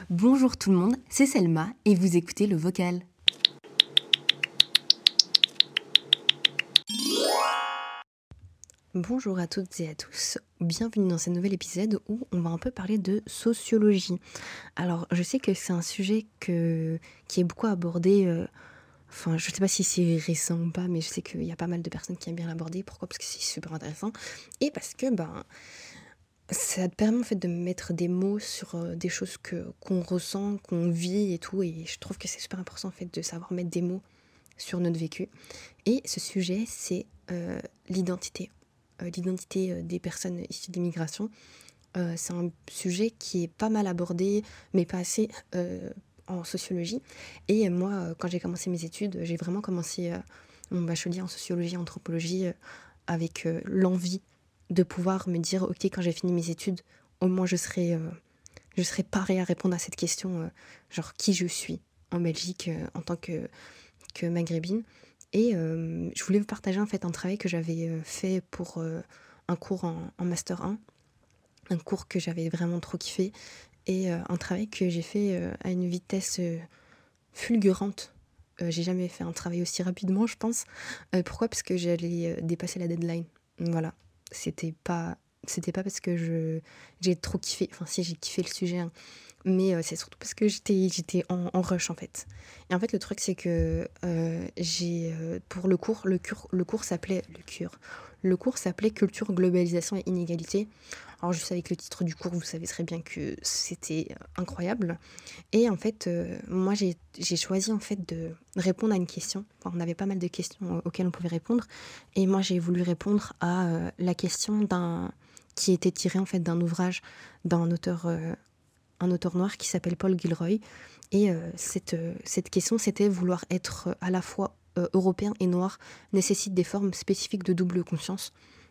Bonjour tout le monde, c'est Selma et vous écoutez le Vocal. Bonjour à toutes et à tous, bienvenue dans ce nouvel épisode où on va un peu parler de sociologie. Alors je sais que c'est un sujet qui est beaucoup abordé, je sais pas si c'est récent ou pas, mais je sais qu'il y a pas mal de personnes qui aiment bien l'aborder. Pourquoi ? Parce que c'est super intéressant et parce que ça te permet en fait de mettre des mots sur des choses qu'on ressent, qu'on vit et tout, et je trouve que c'est super important en fait de savoir mettre des mots sur notre vécu. Et ce sujet, c'est l'identité. L'identité des personnes issues de l'immigration. C'est un sujet qui est pas mal abordé, mais pas assez en sociologie. Et moi, quand j'ai commencé mes études, j'ai vraiment commencé mon bachelier en sociologie et anthropologie avec l'envie de pouvoir me dire, ok, quand j'ai fini mes études, au moins je serai parée à répondre à cette question, genre qui je suis en Belgique en tant que maghrébine. Et je voulais vous partager en fait un travail que j'avais fait pour un cours en Master 1, un cours que j'avais vraiment trop kiffé, et un travail que j'ai fait à une vitesse fulgurante. J'ai jamais fait un travail aussi rapidement, je pense. Pourquoi ? Parce que j'allais dépasser la deadline. Voilà. C'était pas parce que j'ai trop kiffé. Enfin, si, j'ai kiffé le sujet, hein. Mais c'est surtout parce que j'étais en rush, en fait. Et en fait, le truc, c'est que pour le cours, le cours s'appelait Culture, globalisation et inégalité. Alors, juste avec le titre du cours, vous savez très bien que c'était incroyable. Et en fait, moi, j'ai choisi en fait de répondre à une question. Enfin, on avait pas mal de questions auxquelles on pouvait répondre. Et moi, j'ai voulu répondre à la question qui était tirée en fait d'un ouvrage d'un auteur, un auteur noir qui s'appelle Paul Gilroy. Et cette question, c'était vouloir être à la fois européen et noir nécessite des formes spécifiques de double conscience.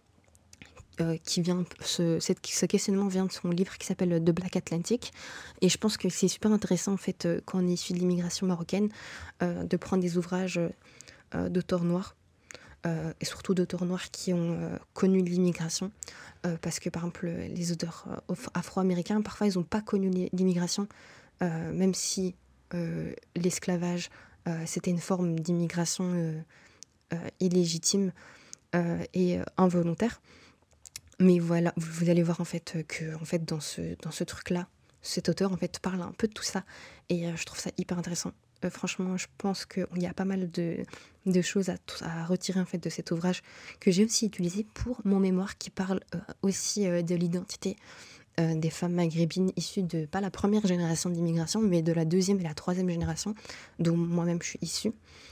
Ce questionnement vient de son livre qui s'appelle The Black Atlantic, et je pense que c'est super intéressant en fait quand on est issu de l'immigration marocaine de prendre des ouvrages d'auteurs noirs et surtout d'auteurs noirs qui ont connu l'immigration, parce que par exemple les auteurs afro-américains parfois ils n'ont pas connu l'immigration, même si l'esclavage c'était une forme d'immigration illégitime et involontaire. Mais voilà, vous allez voir en fait que en fait, dans ce truc-là, cet auteur en fait parle un peu de tout ça. Et je trouve ça hyper intéressant. Franchement, je pense qu'il y a pas mal de choses à retirer en fait de cet ouvrage que j'ai aussi utilisé pour mon mémoire qui parle aussi de l'identité des femmes maghrébines issues de, pas la première génération d'immigration, mais de la deuxième et la troisième génération, dont moi-même je suis issue.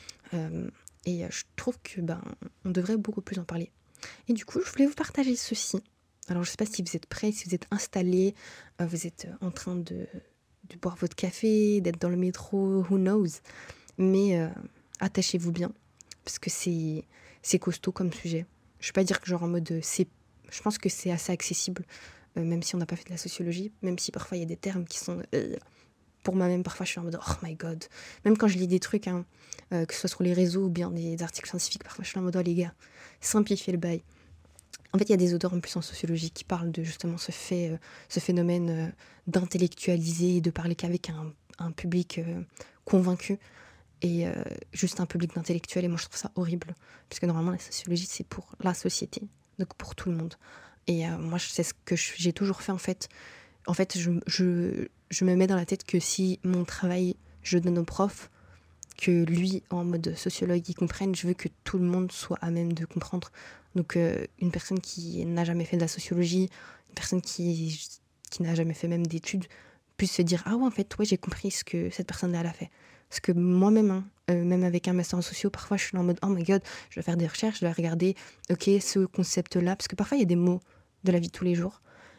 Et je trouve que on devrait beaucoup plus en parler. Et du coup, je voulais vous partager ceci. Alors, je ne sais pas si vous êtes prêts, si vous êtes installés, vous êtes en train de boire votre café, d'être dans le métro, who knows. Mais attachez-vous bien, parce que c'est costaud comme sujet. Je ne vais pas dire que genre en mode... je pense que c'est assez accessible, même si on n'a pas fait de la sociologie, même si parfois il y a des termes qui sont... pour moi-même, parfois, je suis en mode « Oh my God ». Même quand je lis des trucs, hein, que ce soit sur les réseaux ou bien des articles scientifiques, parfois, je suis en mode « Oh les gars, simplifiez le bail ». En fait, il y a des auteurs en plus en sociologie qui parlent de justement ce phénomène d'intellectualiser et de parler qu'avec un public convaincu et juste un public d'intellectuels. Et moi, je trouve ça horrible, parce que normalement, la sociologie, c'est pour la société, donc pour tout le monde. Et moi, c'est ce que j'ai toujours fait, en fait. En fait, je me mets dans la tête que si mon travail, je donne au prof, que lui, en mode sociologue, il comprenne, je veux que tout le monde soit à même de comprendre. Donc, une personne qui n'a jamais fait de la sociologie, une personne qui n'a jamais fait même d'études, puisse se dire « Ah ouais, en fait, ouais, j'ai compris ce que cette personne-là elle a fait ». Parce que moi-même, hein, même avec un master en socio, parfois, je suis en mode « Oh my God », je dois faire des recherches, je dois regarder, ok, ce concept-là, parce que parfois, il y a des mots de la vie de tous les jours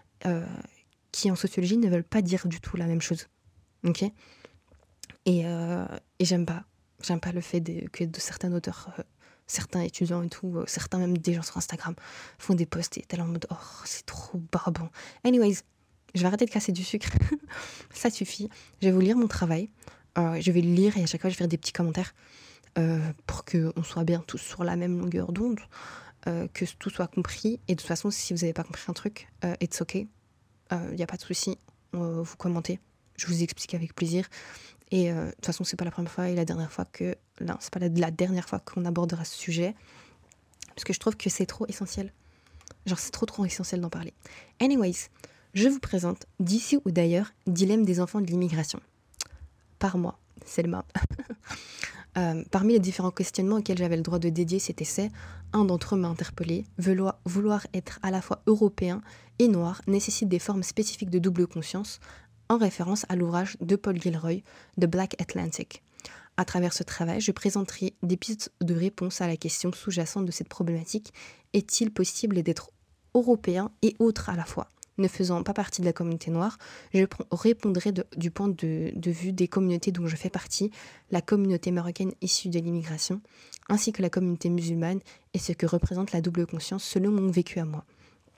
qui, en sociologie, ne veulent pas dire du tout la même chose. Ok ? Et j'aime pas. J'aime pas le fait que de certains auteurs, certains étudiants et tout, certains même des gens sur Instagram font des posts et t'es là en mode « Oh, c'est trop barbant ». Anyways, je vais arrêter de casser du sucre. Ça suffit. Je vais vous lire mon travail. Je vais le lire et à chaque fois, je vais faire des petits commentaires pour qu'on soit bien tous sur la même longueur d'onde, que tout soit compris. Et de toute façon, si vous n'avez pas compris un truc, it's okay. Il n'y a pas de souci. Vous commentez. je vous explique avec plaisir. Et de toute façon, c'est pas la première fois et la dernière fois que... Non, c'est pas la dernière fois qu'on abordera ce sujet. Parce que je trouve que c'est trop essentiel. Genre, c'est trop essentiel d'en parler. Anyways, je vous présente D'ici ou d'ailleurs, dilemme des enfants de l'immigration. Par moi, Selma. Parmi les différents questionnements auxquels j'avais le droit de dédier cet essai, un d'entre eux m'a interpellée. Vouloir être à la fois européen et noir nécessite des formes spécifiques de double conscience, en référence à l'ouvrage de Paul Gilroy, The Black Atlantic. À travers ce travail, je présenterai des pistes de réponse à la question sous-jacente de cette problématique. Est-il possible d'être européen et autre à la fois ? Ne faisant pas partie de la communauté noire, je répondrai du point de vue des communautés dont je fais partie, la communauté marocaine issue de l'immigration, ainsi que la communauté musulmane et ce que représente la double conscience selon mon vécu à moi.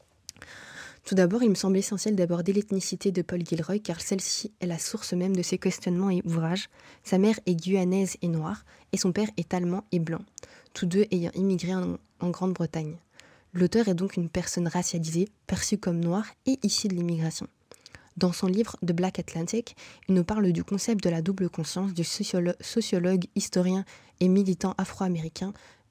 Tout d'abord, il me semble essentiel d'aborder l'ethnicité de Paul Gilroy car celle-ci est la source même de ses questionnements et ouvrages. Sa mère est guyanaise et noire et son père est allemand et blanc, tous deux ayant immigré en Grande-Bretagne. L'auteur est donc une personne racialisée, perçue comme noire et issue de l'immigration. Dans son livre The Black Atlantic, il nous parle du concept de la double conscience du sociologue, historien et militant afro-américain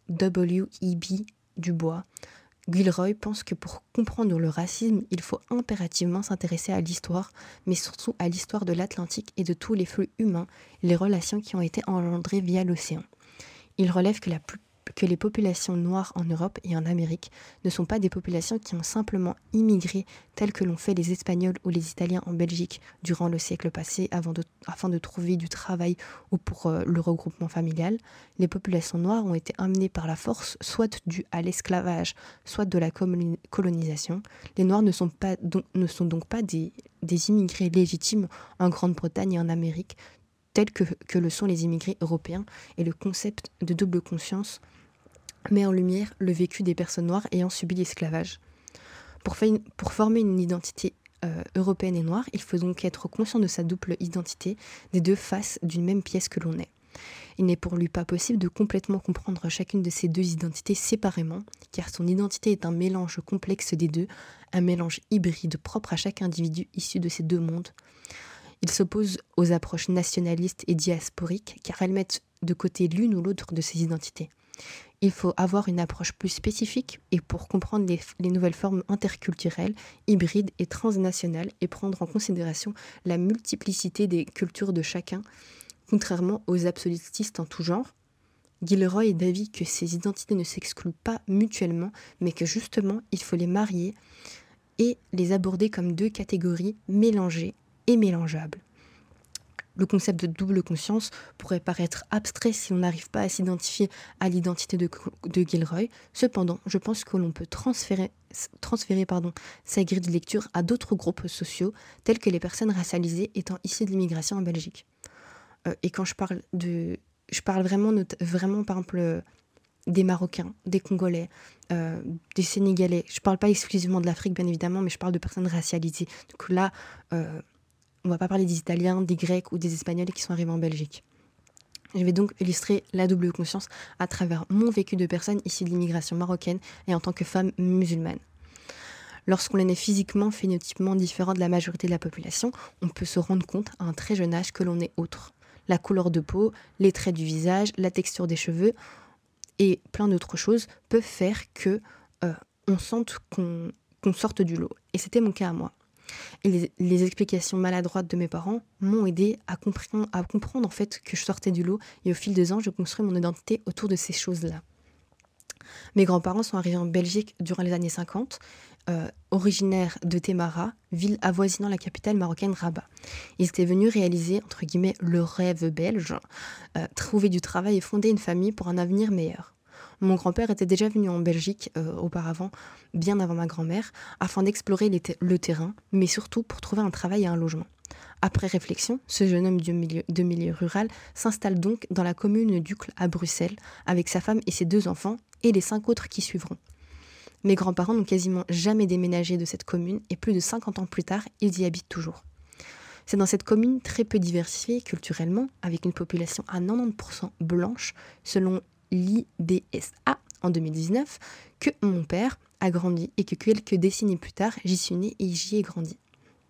W.E.B. Du Bois. Gilroy pense que pour comprendre le racisme, il faut impérativement s'intéresser à l'histoire, mais surtout à l'histoire de l'Atlantique et de tous les flux humains, les relations qui ont été engendrées via l'océan. Il relève que les populations noires en Europe et en Amérique ne sont pas des populations qui ont simplement immigré telles que l'ont fait les Espagnols ou les Italiens en Belgique durant le siècle passé afin de trouver du travail ou pour le regroupement familial. Les populations noires ont été amenées par la force, soit dû à l'esclavage, soit de la colonisation. Les Noirs ne sont donc pas des immigrés légitimes en Grande-Bretagne et en Amérique, tels que le sont les immigrés européens, et le concept de double conscience met en lumière le vécu des personnes noires ayant subi l'esclavage. Pour former une identité européenne et noire, il faut donc être conscient de sa double identité, des deux faces d'une même pièce que l'on est. Il n'est pour lui pas possible de complètement comprendre chacune de ces deux identités séparément, car son identité est un mélange complexe des deux, un mélange hybride propre à chaque individu issu de ces deux mondes. Il s'oppose aux approches nationalistes et diasporiques, car elles mettent de côté l'une ou l'autre de ces identités. Il faut avoir une approche plus spécifique et pour comprendre les nouvelles formes interculturelles, hybrides et transnationales et prendre en considération la multiplicité des cultures de chacun, contrairement aux absolutistes en tout genre. Gilroy est d'avis que ces identités ne s'excluent pas mutuellement, mais que justement il faut les marier et les aborder comme deux catégories mélangées et mélangeables. Le concept de double conscience pourrait paraître abstrait si on n'arrive pas à s'identifier à l'identité de Gilroy. Cependant, je pense que l'on peut transférer sa grille de lecture à d'autres groupes sociaux, tels que les personnes racialisées étant issues de l'immigration en Belgique. Et quand je parle vraiment par exemple des Marocains, des Congolais, des Sénégalais. Je ne parle pas exclusivement de l'Afrique, bien évidemment, mais je parle de personnes racialisées. Donc là, on ne va pas parler des Italiens, des Grecs ou des Espagnols qui sont arrivés en Belgique. Je vais donc illustrer la double conscience à travers mon vécu de personne issue de l'immigration marocaine et en tant que femme musulmane. Lorsqu'on est physiquement, phénotypiquement différent de la majorité de la population, on peut se rendre compte à un très jeune âge que l'on est autre. La couleur de peau, les traits du visage, la texture des cheveux et plein d'autres choses peuvent faire que on sente qu'on sorte du lot. Et c'était mon cas à moi. Et les explications maladroites de mes parents m'ont aidé à comprendre en fait que je sortais du lot et au fil des ans, je construis mon identité autour de ces choses-là. Mes grands-parents sont arrivés en Belgique durant les années 50, originaires de Témara, ville avoisinant la capitale marocaine Rabat. Ils étaient venus réaliser, entre guillemets, le rêve belge, trouver du travail et fonder une famille pour un avenir meilleur. Mon grand-père était déjà venu en Belgique auparavant, bien avant ma grand-mère, afin d'explorer le terrain, mais surtout pour trouver un travail et un logement. Après réflexion, ce jeune homme de milieu rural s'installe donc dans la commune d'Uccle à Bruxelles, avec sa femme et ses 2 enfants, et les 5 autres qui suivront. Mes grands-parents n'ont quasiment jamais déménagé de cette commune, et plus de 50 ans plus tard, ils y habitent toujours. C'est dans cette commune très peu diversifiée culturellement, avec une population à 90% blanche, selon l'IDSA en 2019, que mon père a grandi et que quelques décennies plus tard, j'y suis née et j'y ai grandi.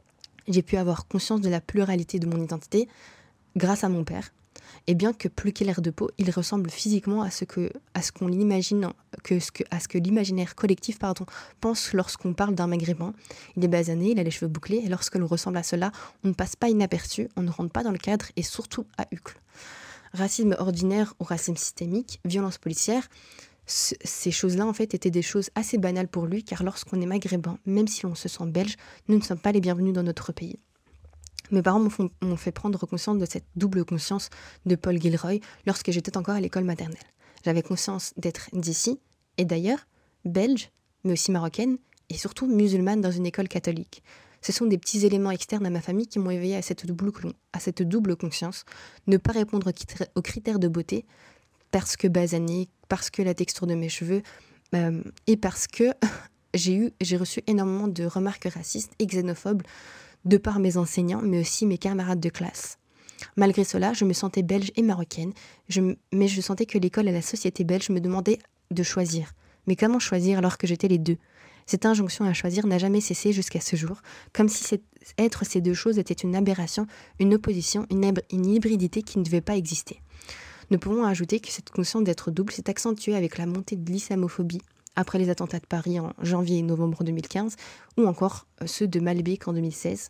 J'ai pu avoir conscience de la pluralité de mon identité grâce à mon père. Et bien que plus clair de peau, il ressemble physiquement à ce qu'on l'imagine, à ce que l'imaginaire collectif pense lorsqu'on parle d'un maghrébin. Il est basané, il a les cheveux bouclés, et lorsque l'on ressemble à cela, on ne passe pas inaperçu, on ne rentre pas dans le cadre, et surtout à Uccle. Racisme ordinaire ou racisme systémique, violence policière, ces choses-là, en fait, étaient des choses assez banales pour lui, car lorsqu'on est maghrébin, même si l'on se sent belge, nous ne sommes pas les bienvenus dans notre pays. Mes parents m'ont fait prendre conscience de cette double conscience de Paul Gilroy lorsque j'étais encore à l'école maternelle. J'avais conscience d'être d'ici, et d'ailleurs, belge, mais aussi marocaine, et surtout musulmane dans une école catholique. Ce sont des petits éléments externes à ma famille qui m'ont éveillée à cette double conscience, ne pas répondre aux critères de beauté, parce que basanée, parce que la texture de mes cheveux, et parce que j'ai reçu énormément de remarques racistes et xénophobes de par mes enseignants, mais aussi mes camarades de classe. Malgré cela, je me sentais belge et marocaine, mais je sentais que l'école et la société belge me demandaient de choisir. Mais comment choisir alors que j'étais les deux ? Cette injonction à choisir n'a jamais cessé jusqu'à ce jour, comme si être ces deux choses était une aberration, une opposition, une hybridité qui ne devait pas exister. Nous pouvons ajouter que cette conscience d'être double s'est accentuée avec la montée de l'islamophobie, après les attentats de Paris en janvier et novembre 2015, ou encore ceux de Malbec en 2016.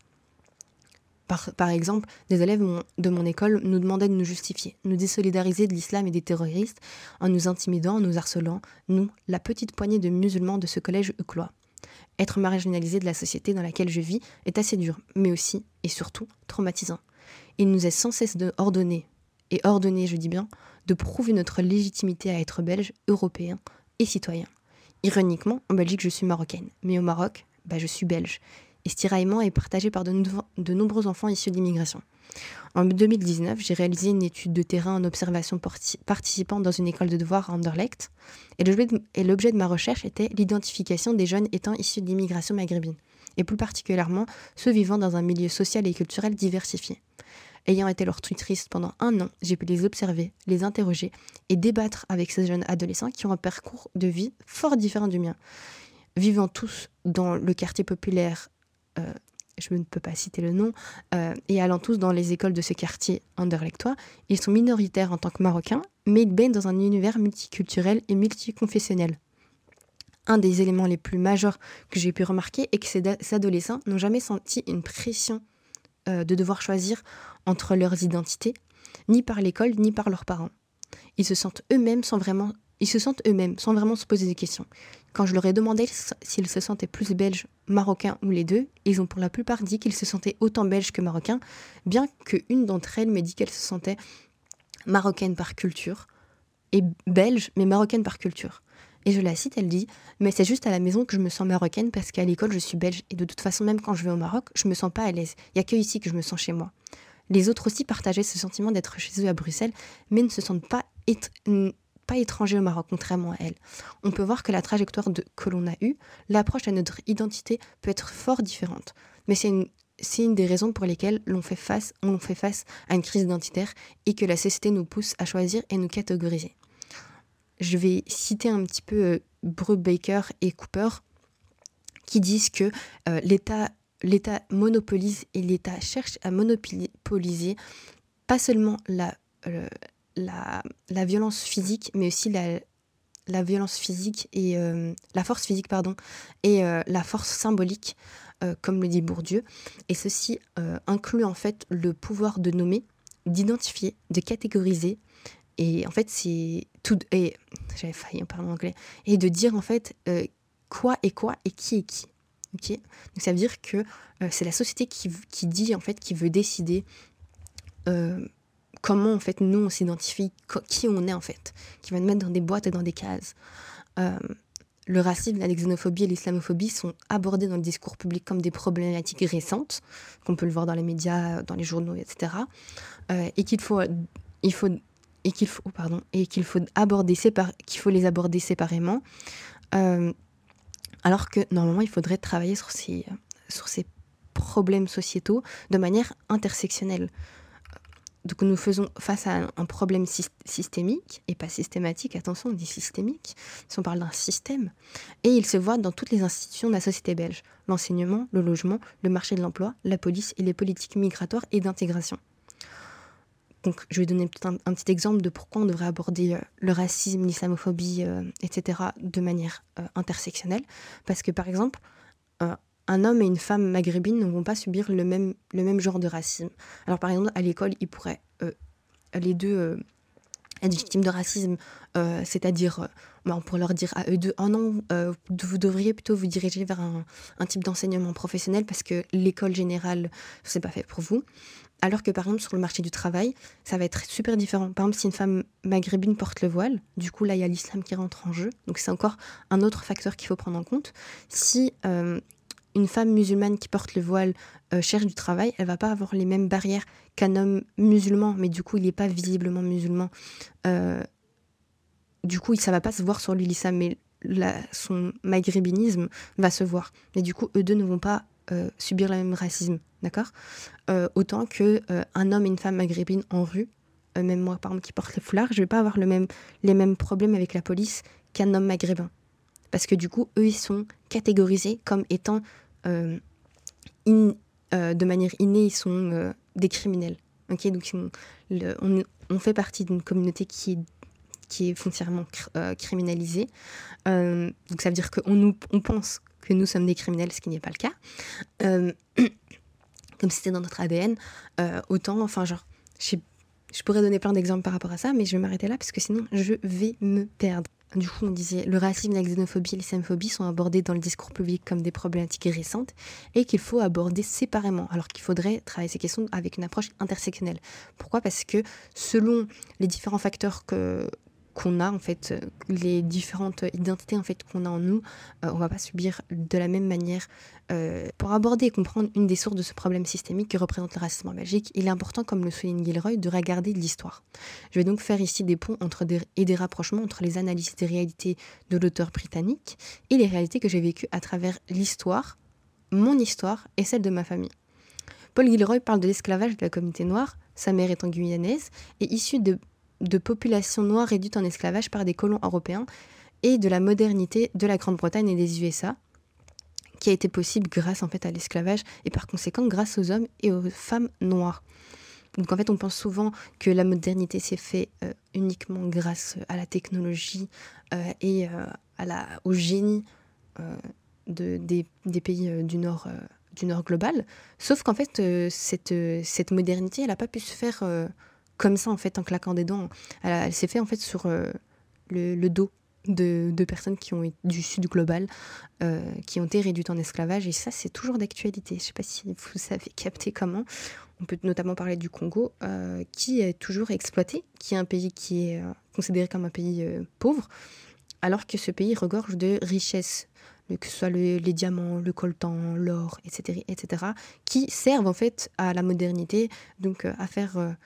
Par exemple, des élèves de mon école nous demandaient de nous justifier, nous désolidariser de l'islam et des terroristes, en nous intimidant, en nous harcelant, nous, la petite poignée de musulmans de ce collège uclois. Être marginalisé de la société dans laquelle je vis est assez dur, mais aussi, et surtout, traumatisant. Il nous est sans cesse ordonné, je dis bien, de prouver notre légitimité à être belge, européen et citoyen. Ironiquement, en Belgique, je suis marocaine, mais au Maroc, je suis belge. Et ce tiraillement est partagé par de nombreux enfants issus de l'immigration. En 2019, j'ai réalisé une étude de terrain en observation participant dans une école de devoir à Anderlecht. Et l'objet de ma recherche était l'identification des jeunes étant issus de l'immigration maghrébine, et plus particulièrement ceux vivant dans un milieu social et culturel diversifié. Ayant été leur tutrice pendant 1 an, j'ai pu les observer, les interroger et débattre avec ces jeunes adolescents qui ont un parcours de vie fort différent du mien. Vivant tous dans le quartier populaire, je ne peux pas citer le nom, et allant tous dans les écoles de ce quartier anderlechtois, ils sont minoritaires en tant que Marocains, mais ils baignent dans un univers multiculturel et multiconfessionnel. Un des éléments les plus majeurs que j'ai pu remarquer est que ces adolescents n'ont jamais senti une pression de devoir choisir entre leurs identités, ni par l'école, ni par leurs parents. Ils se sentent eux-mêmes sans vraiment se poser des questions. Quand je leur ai demandé s'ils se sentaient plus belges, marocains ou les deux, ils ont pour la plupart dit qu'ils se sentaient autant belges que marocains, bien qu'une d'entre elles m'ait dit qu'elle se sentait marocaine par culture, et belge, mais marocaine par culture. Et je la cite, elle dit « Mais c'est juste à la maison que je me sens marocaine parce qu'à l'école, je suis belge. Et de toute façon, même quand je vais au Maroc, je me sens pas à l'aise. Il n'y a que ici que je me sens chez moi. » Les autres aussi partageaient ce sentiment d'être chez eux à Bruxelles, mais ne se sentent pas étrangers au Maroc, contrairement à elle. On peut voir que la trajectoire que l'on a eue, l'approche à notre identité peut être fort différente. Mais c'est une des raisons pour lesquelles on fait face à une crise identitaire et que la société nous pousse à choisir et nous catégoriser. Je vais citer un petit peu Brubaker et Cooper qui disent que l'État monopolise et l'État cherche à monopoliser pas seulement la violence physique, mais aussi la violence physique et la force physique, et la force symbolique, comme le dit Bourdieu. Et ceci inclut en fait le pouvoir de nommer, d'identifier, de catégoriser. Et en fait, c'est tout. Et j'avais failli en parler en anglais. Et de dire en fait quoi et qui est qui. Okay, donc ça veut dire que c'est la société qui dit en fait, qui veut décider comment en fait nous on s'identifie, qui on est en fait, qui va nous mettre dans des boîtes et dans des cases. Le racisme, la xénophobie et l'islamophobie sont abordés dans le discours public comme des problématiques récentes, qu'on peut le voir dans les médias, dans les journaux, etc. Et qu'il faut les aborder séparément, alors que normalement il faudrait travailler sur ces problèmes sociétaux de manière intersectionnelle. Donc nous faisons face à un problème systémique, et pas systématique, attention, on dit systémique, si on parle d'un système, et il se voit dans toutes les institutions de la société belge, l'enseignement, le logement, le marché de l'emploi, la police et les politiques migratoires et d'intégration. Donc je vais donner peut-être un petit exemple de pourquoi on devrait aborder le racisme, l'islamophobie, etc. de manière intersectionnelle. Parce que par exemple, un homme et une femme maghrébine ne vont pas subir le même genre de racisme. Alors par exemple, à l'école, ils pourraient les deux être victimes de racisme, c'est-à-dire, on pourrait leur dire à eux deux, oh non, vous devriez plutôt vous diriger vers un type d'enseignement professionnel parce que l'école générale, c'est pas fait pour vous. Alors que par exemple, sur le marché du travail, ça va être super différent. Par exemple, si une femme maghrébine porte le voile, du coup là, il y a l'islam qui rentre en jeu, donc c'est encore un autre facteur qu'il faut prendre en compte. Si une femme musulmane qui porte le voile cherche du travail, elle va pas avoir les mêmes barrières qu'un homme musulman, mais du coup, il n'est pas visiblement musulman. Du coup, ça va pas se voir sur lui l'islam, mais son maghrébinisme va se voir. Mais du coup, eux deux ne vont pas subir le même racisme, d'accord ? Autant que un homme et une femme maghrébine en rue, même moi, par exemple, qui porte le foulard, je vais pas avoir les mêmes problèmes avec la police qu'un homme maghrébin. Parce que du coup, eux, ils sont catégorisés comme étant de manière innée, ils sont des criminels. Okay, donc on fait partie d'une communauté qui est foncièrement criminalisée. Donc ça veut dire qu'on pense que nous sommes des criminels, ce qui n'est pas le cas. Comme c'était dans notre ADN. Autant, enfin genre, je pourrais donner plein d'exemples par rapport à ça, mais je vais m'arrêter là parce que sinon je vais me perdre. Du coup, on disait le racisme, la xénophobie et l'islamophobie sont abordés dans le discours public comme des problématiques récentes et qu'il faut aborder séparément, alors qu'il faudrait travailler ces questions avec une approche intersectionnelle. Pourquoi ? Parce que selon les différents facteurs qu'on a, en fait, les différentes identités en fait, qu'on a en nous, on ne va pas subir de la même manière. Pour aborder et comprendre une des sources de ce problème systémique que représente le racisme en Belgique, il est important, comme le souligne Gilroy, de regarder l'histoire. Je vais donc faire ici des ponts et des rapprochements entre les analyses des réalités de l'auteur britannique et les réalités que j'ai vécues à travers l'histoire, mon histoire et celle de ma famille. Paul Gilroy parle de l'esclavage de la communauté noire, sa mère étant guyanaise, et issue de populations noires réduites en esclavage par des colons européens et de la modernité de la Grande-Bretagne et des USA, qui a été possible grâce en fait à l'esclavage et par conséquent grâce aux hommes et aux femmes noires. Donc en fait on pense souvent que la modernité s'est faite uniquement grâce à la technologie et au génie des pays du Nord global, sauf qu'en fait cette modernité elle n'a pas pu se faire comme ça en fait en claquant des dents. Elle s'est faite en fait sur le dos de personnes qui ont du sud global, qui ont été réduites en esclavage, et ça c'est toujours d'actualité. Je ne sais pas si vous savez capter comment. On peut notamment parler du Congo, qui est toujours exploité, qui est un pays qui est considéré comme un pays pauvre, alors que ce pays regorge de richesses, que ce soit les diamants, le coltan, l'or, etc., qui servent en fait à la modernité, donc à faire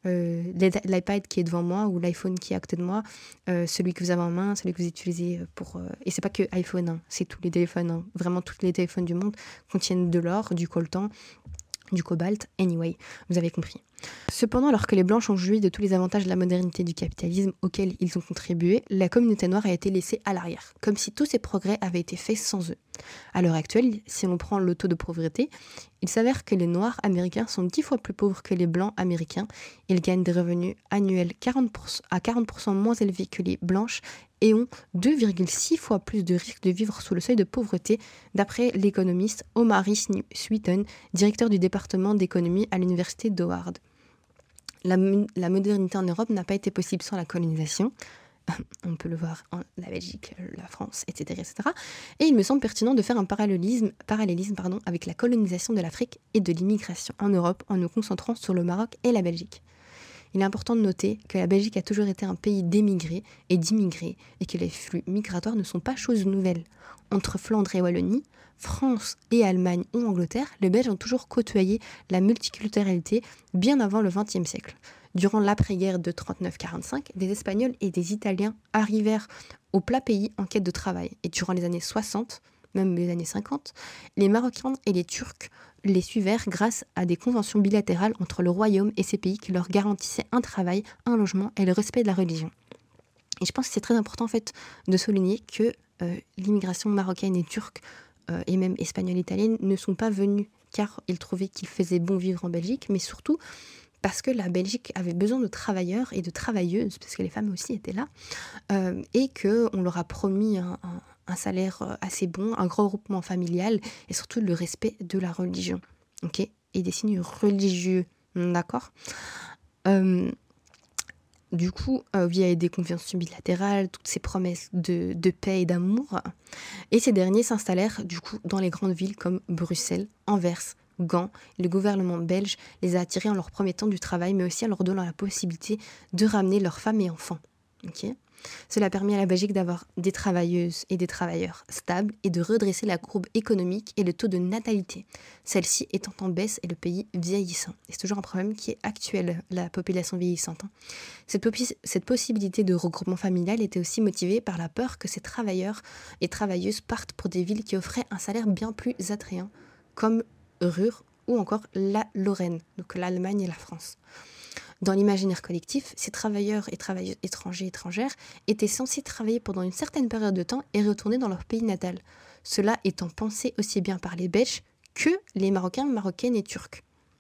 l'iPad qui est devant moi ou l'iPhone qui est à côté de moi, celui que vous avez en main, celui que vous utilisez pour... Et c'est pas que iPhone, hein, c'est tous les téléphones, hein. Vraiment tous les téléphones du monde contiennent de l'or, du coltan, du cobalt, anyway, vous avez compris. Cependant, alors que les Blanches ont joui de tous les avantages de la modernité du capitalisme auxquels ils ont contribué, la communauté noire a été laissée à l'arrière, comme si tous ces progrès avaient été faits sans eux. À l'heure actuelle, si l'on prend le taux de pauvreté, il s'avère que les Noirs américains sont 10 fois plus pauvres que les Blancs américains. Ils gagnent des revenus annuels 40% moins élevés que les Blanches et ont 2,6 fois plus de risques de vivre sous le seuil de pauvreté, d'après l'économiste Omari Sweeton, directeur du département d'économie à l'université d'Howard. La modernité en Europe n'a pas été possible sans la colonisation. On peut le voir en la Belgique, la France, etc., etc. Et il me semble pertinent de faire un parallélisme avec la colonisation de l'Afrique et de l'immigration en Europe en nous concentrant sur le Maroc et la Belgique. Il est important de noter que la Belgique a toujours été un pays d'émigrés et d'immigrés et que les flux migratoires ne sont pas chose nouvelle. Entre Flandre et Wallonie, France et Allemagne ou Angleterre, les Belges ont toujours côtoyé la multiculturalité bien avant le XXe siècle. Durant l'après-guerre de 39-45, des Espagnols et des Italiens arrivèrent au plat pays en quête de travail. Et durant les années 60, même les années 50, les Marocains et les Turcs les suivèrent grâce à des conventions bilatérales entre le royaume et ces pays qui leur garantissaient un travail, un logement et le respect de la religion. Et je pense que c'est très important en fait de souligner que l'immigration marocaine et turque et même espagnole et italienne ne sont pas venus car ils trouvaient qu'il faisait bon vivre en Belgique, mais surtout parce que la Belgique avait besoin de travailleurs et de travailleuses, parce que les femmes aussi étaient là, et qu'on leur a promis un salaire assez bon, un grand groupement familial, et surtout le respect de la religion, ok, et des signes religieux, d'accord. Euh, du coup, il y a des conventions bilatérales, toutes ces promesses de paix et d'amour, et ces derniers s'installèrent du coup dans les grandes villes comme Bruxelles, Anvers, Gand. Le gouvernement belge les a attirés en leur promettant du travail, mais aussi en leur donnant la possibilité de ramener leurs femmes et enfants. Okay. Cela a permis à la Belgique d'avoir des travailleuses et des travailleurs stables et de redresser la courbe économique et le taux de natalité, celle-ci étant en baisse et le pays vieillissant. Et c'est toujours un problème qui est actuel, la population vieillissante. Cette possibilité de regroupement familial était aussi motivée par la peur que ces travailleurs et travailleuses partent pour des villes qui offraient un salaire bien plus attrayant, comme Ruhr ou encore la Lorraine, donc l'Allemagne et la France. Dans l'imaginaire collectif, ces travailleurs et travailleuses étrangers et étrangères étaient censés travailler pendant une certaine période de temps et retourner dans leur pays natal, cela étant pensé aussi bien par les Belges que les Marocains, Marocaines et Turcs.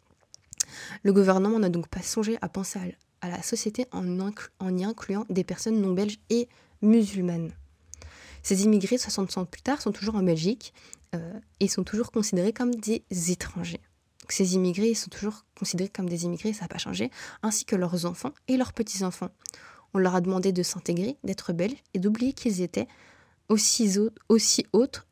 Le gouvernement n'a donc pas songé à penser à la société en y incluant des personnes non belges et musulmanes. Ces immigrés, 60 ans plus tard, sont toujours en Belgique et sont toujours considérés comme des étrangers. Donc, ces immigrés sont toujours considérés comme des immigrés, ça n'a pas changé, ainsi que leurs enfants et leurs petits-enfants. On leur a demandé de s'intégrer, d'être belges et d'oublier qu'ils étaient aussi autres.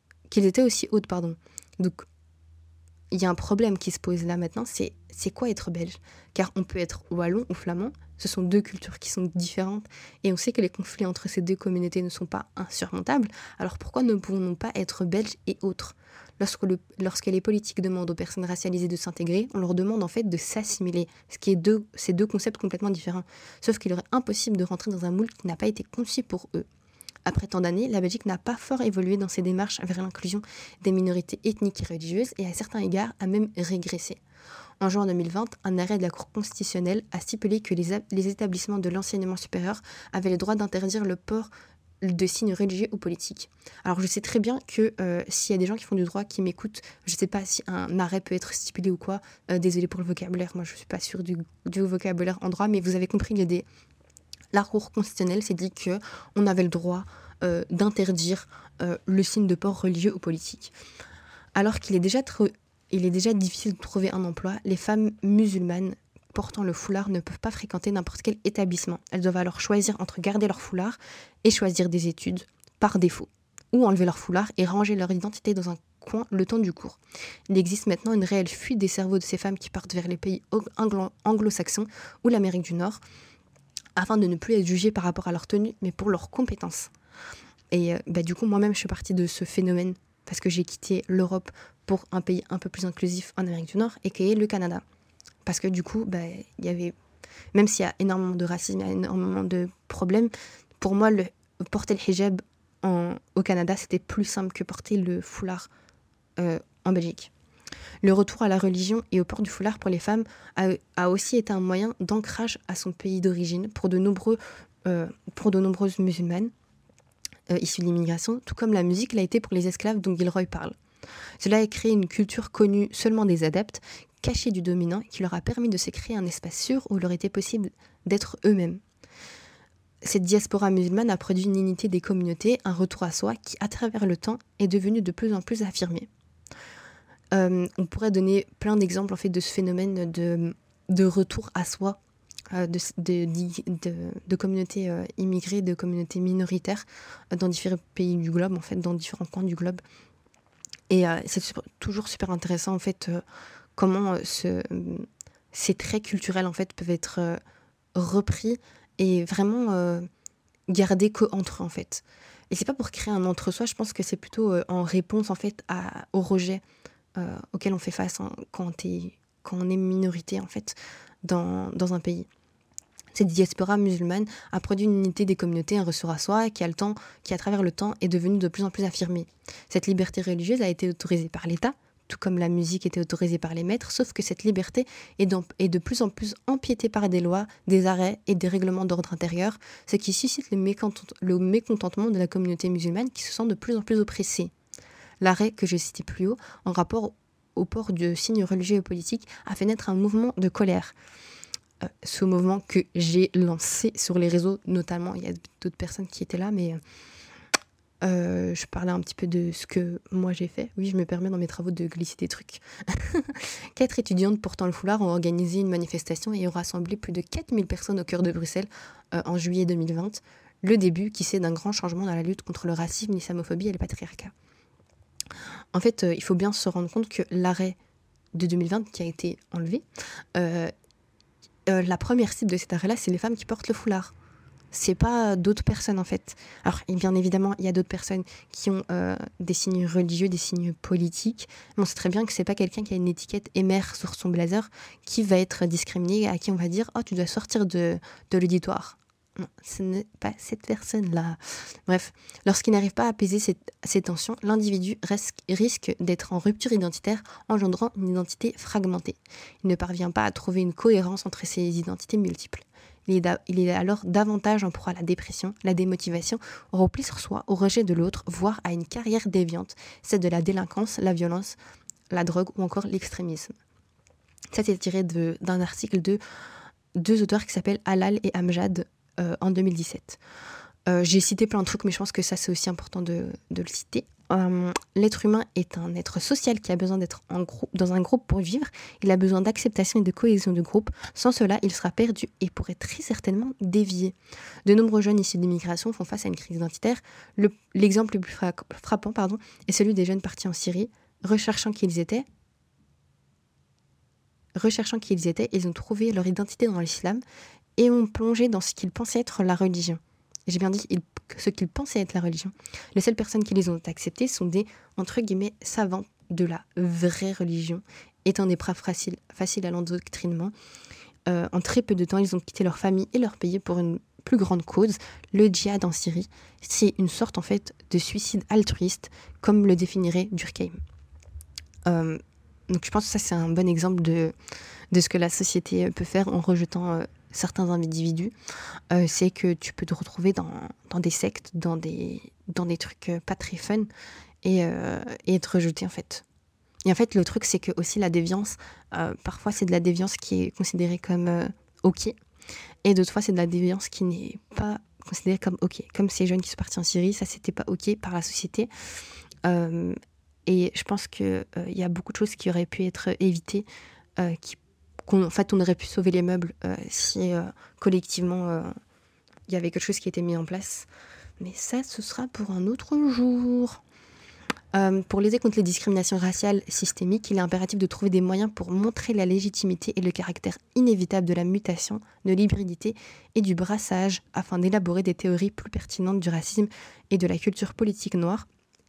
Donc, il y a un problème qui se pose là maintenant, c'est quoi être belge ? Car on peut être wallon ou flamand, ce sont deux cultures qui sont différentes et on sait que les conflits entre ces deux communautés ne sont pas insurmontables, alors pourquoi ne pouvons-nous pas être belges et autres ? Lorsque les politiques demandent aux personnes racialisées de s'intégrer, on leur demande en fait de s'assimiler, ces deux concepts complètement différents. Sauf qu'il aurait impossible de rentrer dans un moule qui n'a pas été conçu pour eux. Après tant d'années, la Belgique n'a pas fort évolué dans ses démarches vers l'inclusion des minorités ethniques et religieuses et à certains égards a même régressé. En juin 2020, un arrêt de la Cour constitutionnelle a stipulé que les établissements de l'enseignement supérieur avaient le droit d'interdire le port de signes religieux ou politiques. Alors je sais très bien que s'il y a des gens qui font du droit qui m'écoutent, je ne sais pas si un arrêt peut être stipulé ou quoi, désolé pour le vocabulaire, moi je ne suis pas sûre du vocabulaire en droit, mais vous avez compris, la Cour constitutionnelle s'est dit qu'on avait le droit d'interdire le signe de port religieux ou politique. Alors qu'il est déjà difficile de trouver un emploi, les femmes musulmanes portant le foulard ne peuvent pas fréquenter n'importe quel établissement. Elles doivent alors choisir entre garder leur foulard et choisir des études par défaut, ou enlever leur foulard et ranger leur identité dans un coin le temps du cours. Il existe maintenant une réelle fuite des cerveaux de ces femmes qui partent vers les pays anglo-saxons ou l'Amérique du Nord, afin de ne plus être jugées par rapport à leur tenue, mais pour leurs compétences. Et du coup, moi-même, je suis partie de ce phénomène parce que j'ai quitté l'Europe pour un pays un peu plus inclusif en Amérique du Nord, et qui est le Canada. Parce que du coup, il y avait, même s'il y a énormément de racisme, il y a énormément de problèmes, pour moi, porter le hijab au Canada, c'était plus simple que porter le foulard en Belgique. Le retour à la religion et au port du foulard pour les femmes a aussi été un moyen d'ancrage à son pays d'origine pour de nombreuses musulmanes issues de l'immigration, tout comme la musique l'a été pour les esclaves dont Gilroy parle. Cela a créé une culture connue seulement des adeptes, cachée du dominant, qui leur a permis de se créer un espace sûr où il leur était possible d'être eux-mêmes. Cette diaspora musulmane a produit une unité des communautés, un retour à soi qui, à travers le temps, est devenu de plus en plus affirmé. On pourrait donner plein d'exemples en fait, de ce phénomène de retour à soi de communautés immigrées, de communautés minoritaires dans différents pays du globe, en fait, dans différents coins du globe. Et c'est toujours super intéressant en fait comment ces traits culturels en fait peuvent être repris et vraiment gardés qu'entre eux en fait. Et c'est pas pour créer un entre-soi, je pense que c'est plutôt en réponse en fait au rejet auquel on fait face quand on est minorité en fait dans un pays. Cette diaspora musulmane a produit une unité des communautés, un ressort à soi, qui à travers le temps est devenue de plus en plus affirmée. Cette liberté religieuse a été autorisée par l'État, tout comme la musique était autorisée par les maîtres, sauf que cette liberté est de plus en plus empiétée par des lois, des arrêts et des règlements d'ordre intérieur, ce qui suscite le mécontentement de la communauté musulmane qui se sent de plus en plus oppressée. L'arrêt que j'ai cité plus haut, en rapport au port de signes religieux et politiques, a fait naître un mouvement de colère. Ce mouvement que j'ai lancé sur les réseaux, notamment, il y a d'autres personnes qui étaient là, mais je parlais un petit peu de ce que moi j'ai fait. Oui, je me permets dans mes travaux de glisser des trucs. 4 étudiantes portant le foulard ont organisé une manifestation et ont rassemblé plus de 4000 personnes au cœur de Bruxelles en juillet 2020. Le début, qui c'est, d'un grand changement dans la lutte contre le racisme, l'islamophobie et le patriarcat. En fait, il faut bien se rendre compte que l'arrêt de 2020 qui a été enlevé, la première cible de cet arrêt-là, c'est les femmes qui portent le foulard. C'est pas d'autres personnes, en fait. Alors, et bien évidemment, il y a d'autres personnes qui ont des signes religieux, des signes politiques. Mais on sait très bien que c'est pas quelqu'un qui a une étiquette MR sur son blazer qui va être discriminé, à qui on va dire « Oh, tu dois sortir de l'auditoire ». Non, ce n'est pas cette personne-là. Bref, lorsqu'il n'arrive pas à apaiser ces tensions, l'individu risque d'être en rupture identitaire, engendrant une identité fragmentée. Il ne parvient pas à trouver une cohérence entre ces identités multiples. Il est alors davantage en proie à la dépression, la démotivation, au repli sur soi, au rejet de l'autre, voire à une carrière déviante, celle de la délinquance, la violence, la drogue ou encore l'extrémisme. Ça, c'est tiré d'un article de 2 auteurs qui s'appellent Halal et Amjad, en 2017. J'ai cité plein de trucs, mais je pense que ça, c'est aussi important de le citer. L'être humain est un être social qui a besoin d'être dans un groupe pour vivre. Il a besoin d'acceptation et de cohésion de groupe. Sans cela, il sera perdu et pourrait très certainement dévier. De nombreux jeunes issus de l'immigration font face à une crise identitaire. L'exemple le plus frappant est celui des jeunes partis en Syrie, recherchant qui ils étaient, ils ont trouvé leur identité dans l'islam et ont plongé dans ce qu'ils pensaient être la religion. J'ai bien dit ce qu'ils pensaient être la religion. Les seules personnes qui les ont acceptées sont des, entre guillemets, savants de la vraie religion, étant des preuves faciles à l'endoctrinement. En très peu de temps, ils ont quitté leur famille et leur pays pour une plus grande cause, le djihad en Syrie. C'est une sorte, en fait, de suicide altruiste, comme le définirait Durkheim. Donc je pense que ça, c'est un bon exemple de ce que la société peut faire en rejetant certains individus. C'est que tu peux te retrouver dans des sectes, dans des trucs pas très fun et être rejeté, en fait. Et en fait, le truc, c'est que aussi la déviance, parfois c'est de la déviance qui est considérée comme ok, et d'autres fois c'est de la déviance qui n'est pas considérée comme ok. Comme ces jeunes qui sont partis en Syrie, ça c'était pas ok par la société. Et je pense qu'il y a beaucoup de choses qui auraient pu être évitées, en fait, on aurait pu sauver les meubles si collectivement il y avait quelque chose qui était mis en place. Mais ça, ce sera pour un autre jour. Pour lutter contre les discriminations raciales systémiques, il est impératif de trouver des moyens pour montrer la légitimité et le caractère inévitable de la mutation, de l'hybridité et du brassage, afin d'élaborer des théories plus pertinentes du racisme et de la culture politique noire,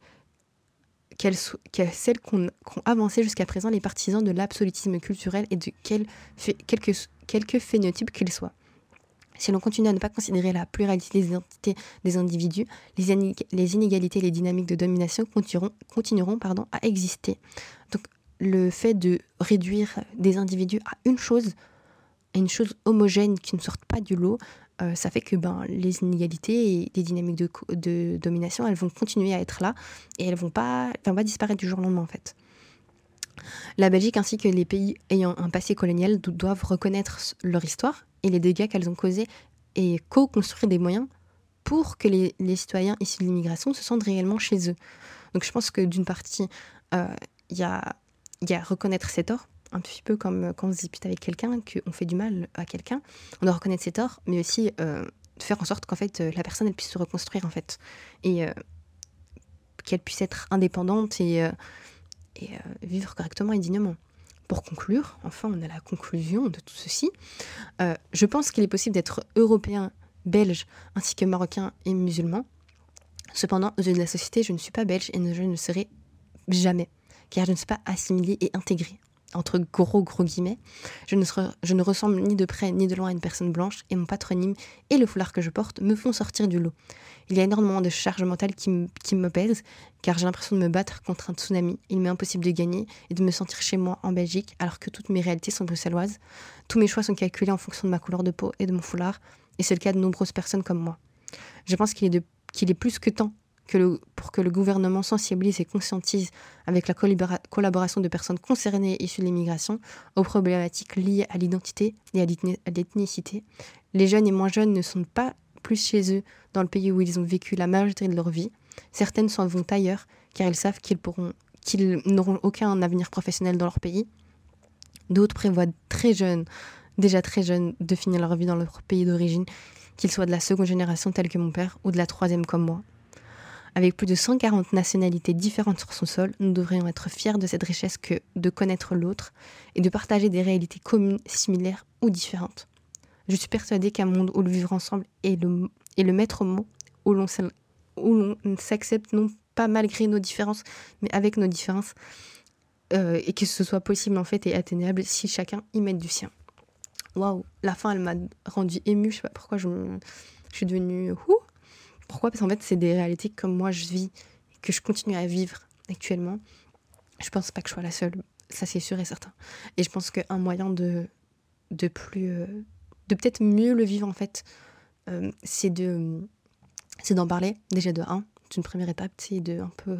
celles qu'ont avancé jusqu'à présent les partisans de l'absolutisme culturel et de quelque phénotype qu'il soit. Si l'on continue à ne pas considérer la pluralité des identités des individus, les inégalités et les dynamiques de domination continueront à exister. Donc le fait de réduire des individus à une chose homogène qui ne sorte pas du lot, ça fait que les inégalités et les dynamiques de domination, elles vont continuer à être là et elles vont pas disparaître du jour au lendemain, en fait. La Belgique ainsi que les pays ayant un passé colonial doivent reconnaître leur histoire et les dégâts qu'elles ont causés et co-construire des moyens pour que les citoyens issus de l'immigration se sentent réellement chez eux. Donc je pense que d'une partie, il y a reconnaître ses torts, un petit peu comme quand on se dispute avec quelqu'un, qu'on fait du mal à quelqu'un, on doit reconnaître ses torts, mais aussi faire en sorte qu'en fait la personne elle puisse se reconstruire, en fait, et qu'elle puisse être indépendante et vivre correctement et dignement. Pour conclure, enfin on a la conclusion de tout ceci, je pense qu'il est possible d'être européen, belge, ainsi que marocain et musulman. Cependant, aux yeux de la société, je ne suis pas belge et je ne le serai jamais, car je ne suis pas assimilée et intégrée entre gros guillemets. Je ne ressemble ni de près ni de loin à une personne blanche et mon patronyme et le foulard que je porte me font sortir du lot. Il y a énormément de charge mentale qui me pèse car j'ai l'impression de me battre contre un tsunami. Il m'est impossible de gagner et de me sentir chez moi en Belgique alors que toutes mes réalités sont bruxelloises. Tous mes choix sont calculés en fonction de ma couleur de peau et de mon foulard et c'est le cas de nombreuses personnes comme moi. Je pense qu'il est plus que temps pour que le gouvernement sensibilise et conscientise avec la collaboration de personnes concernées issues de l'immigration aux problématiques liées à l'identité et à l'ethnicité. Les jeunes et moins jeunes ne sont pas plus chez eux dans le pays où ils ont vécu la majorité de leur vie. Certaines s'en vont ailleurs car ils savent qu'ils n'auront aucun avenir professionnel dans leur pays. D'autres prévoient déjà très jeunes, de finir leur vie dans leur pays d'origine, qu'ils soient de la seconde génération telle que mon père ou de la troisième comme moi. Avec plus de 140 nationalités différentes sur son sol, nous devrions être fiers de cette richesse que de connaître l'autre et de partager des réalités communes, similaires ou différentes. Je suis persuadée qu'un monde où le vivre ensemble est le maître mot, où l'on s'accepte non pas malgré nos différences, mais avec nos différences, et que ce soit possible en fait et atteignable si chacun y met du sien. Waouh, la fin elle m'a rendue émue, je sais pas pourquoi je suis devenue Pourquoi ? Parce qu'en fait, c'est des réalités comme moi je vis et que je continue à vivre actuellement. Je pense pas que je sois la seule, ça c'est sûr et certain. Et je pense qu'un moyen de peut-être mieux le vivre en fait, c'est d'en parler déjà de un. C'est une première étape, c'est de un peu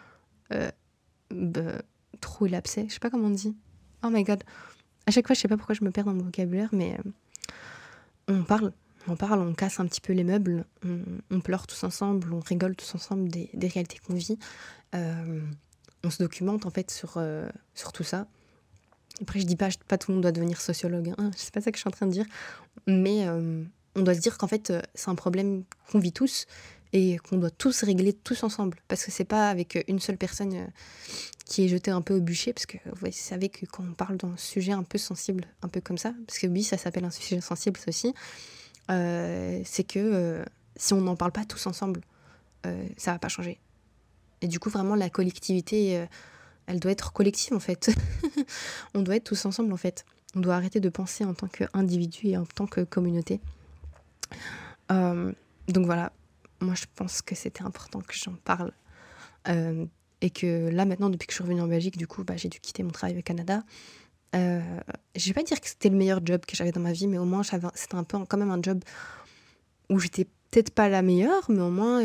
trouver l'abcès. Je sais pas comment on dit. Oh my god. À chaque fois, je sais pas pourquoi je me perds dans mon vocabulaire, mais on parle, on casse un petit peu les meubles, on pleure tous ensemble, on rigole tous ensemble des réalités qu'on vit. On se documente en fait sur tout ça. Après, je dis pas tout le monde doit devenir sociologue, hein, c'est pas ça que je suis en train de dire, mais on doit se dire qu'en fait, c'est un problème qu'on vit tous et qu'on doit tous régler tous ensemble. Parce que c'est pas avec une seule personne qui est jetée un peu au bûcher, parce que vous savez que quand on parle d'un sujet un peu sensible, un peu comme ça, parce que oui, ça s'appelle un sujet sensible, ça aussi, c'est que si on n'en parle pas tous ensemble, ça va pas changer. Et du coup, vraiment, la collectivité, elle doit être collective, en fait. On doit être tous ensemble, en fait. On doit arrêter de penser en tant qu'individu et en tant que communauté. Donc voilà, moi, je pense que c'était important que j'en parle. Et que là, maintenant, depuis que je suis revenue en Belgique, du coup, j'ai dû quitter mon travail au Canada. Je vais pas dire que c'était le meilleur job que j'avais dans ma vie, mais au moins, c'était un peu quand même un job où j'étais peut-être pas la meilleure, mais au moins,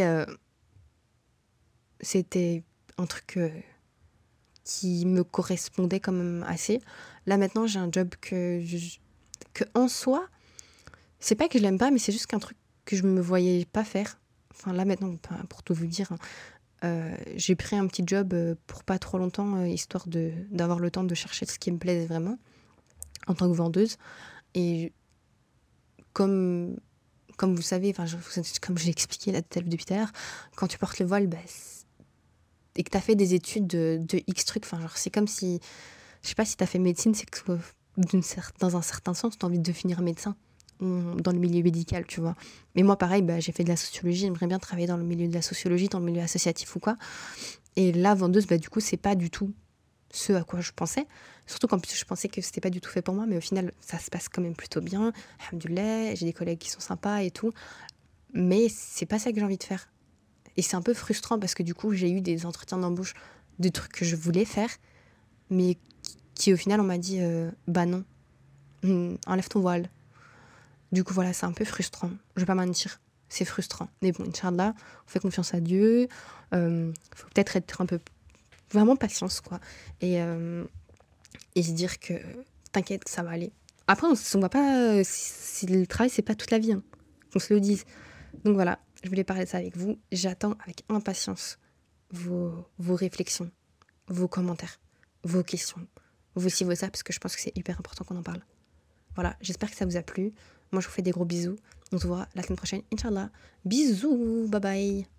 c'était un truc qui me correspondait quand même assez. Là, maintenant, j'ai un job que en soi, c'est pas que je l'aime pas, mais c'est juste qu'un truc que je me voyais pas faire. Enfin, là, maintenant, pour tout vous dire, j'ai pris un petit job pour pas trop longtemps, histoire d'avoir le temps de chercher ce qui me plaisait vraiment, en tant que vendeuse. Et comme vous savez, comme j'ai expliqué là depuis tout à l'heure, quand tu portes le voile, et que tu as fait des études de X trucs, c'est comme si, je sais pas, si tu as fait médecine, c'est que dans un certain sens, tu as envie de devenir médecin dans le milieu médical, tu vois. Mais moi, pareil, j'ai fait de la sociologie, j'aimerais bien travailler dans le milieu de la sociologie, dans le milieu associatif ou quoi. Et là, vendeuse, du coup, c'est pas du tout ce à quoi je pensais. Surtout qu'en plus, je pensais que c'était pas du tout fait pour moi, mais au final, ça se passe quand même plutôt bien. Alhamdoulilah, j'ai des collègues qui sont sympas et tout. Mais c'est pas ça que j'ai envie de faire. Et c'est un peu frustrant parce que du coup, j'ai eu des entretiens d'embauche de trucs que je voulais faire, mais qui au final, on m'a dit non, enlève ton voile. Du coup, voilà, c'est un peu frustrant. Je vais pas mentir, c'est frustrant. Mais bon, Inch'Allah, on fait confiance à Dieu. Faut peut-être être un peu... Vraiment patience, quoi. Et se dire que, t'inquiète, ça va aller. Après, on va pas... si le travail, c'est pas toute la vie, hein, qu'on se le dise. Donc voilà, je voulais parler de ça avec vous. J'attends avec impatience vos réflexions, vos commentaires, vos questions, vos ci, vos ça, parce que je pense que c'est hyper important qu'on en parle. Voilà, j'espère que ça vous a plu. Moi, je vous fais des gros bisous. On se voit la semaine prochaine, Inch'Allah. Bisous, bye bye.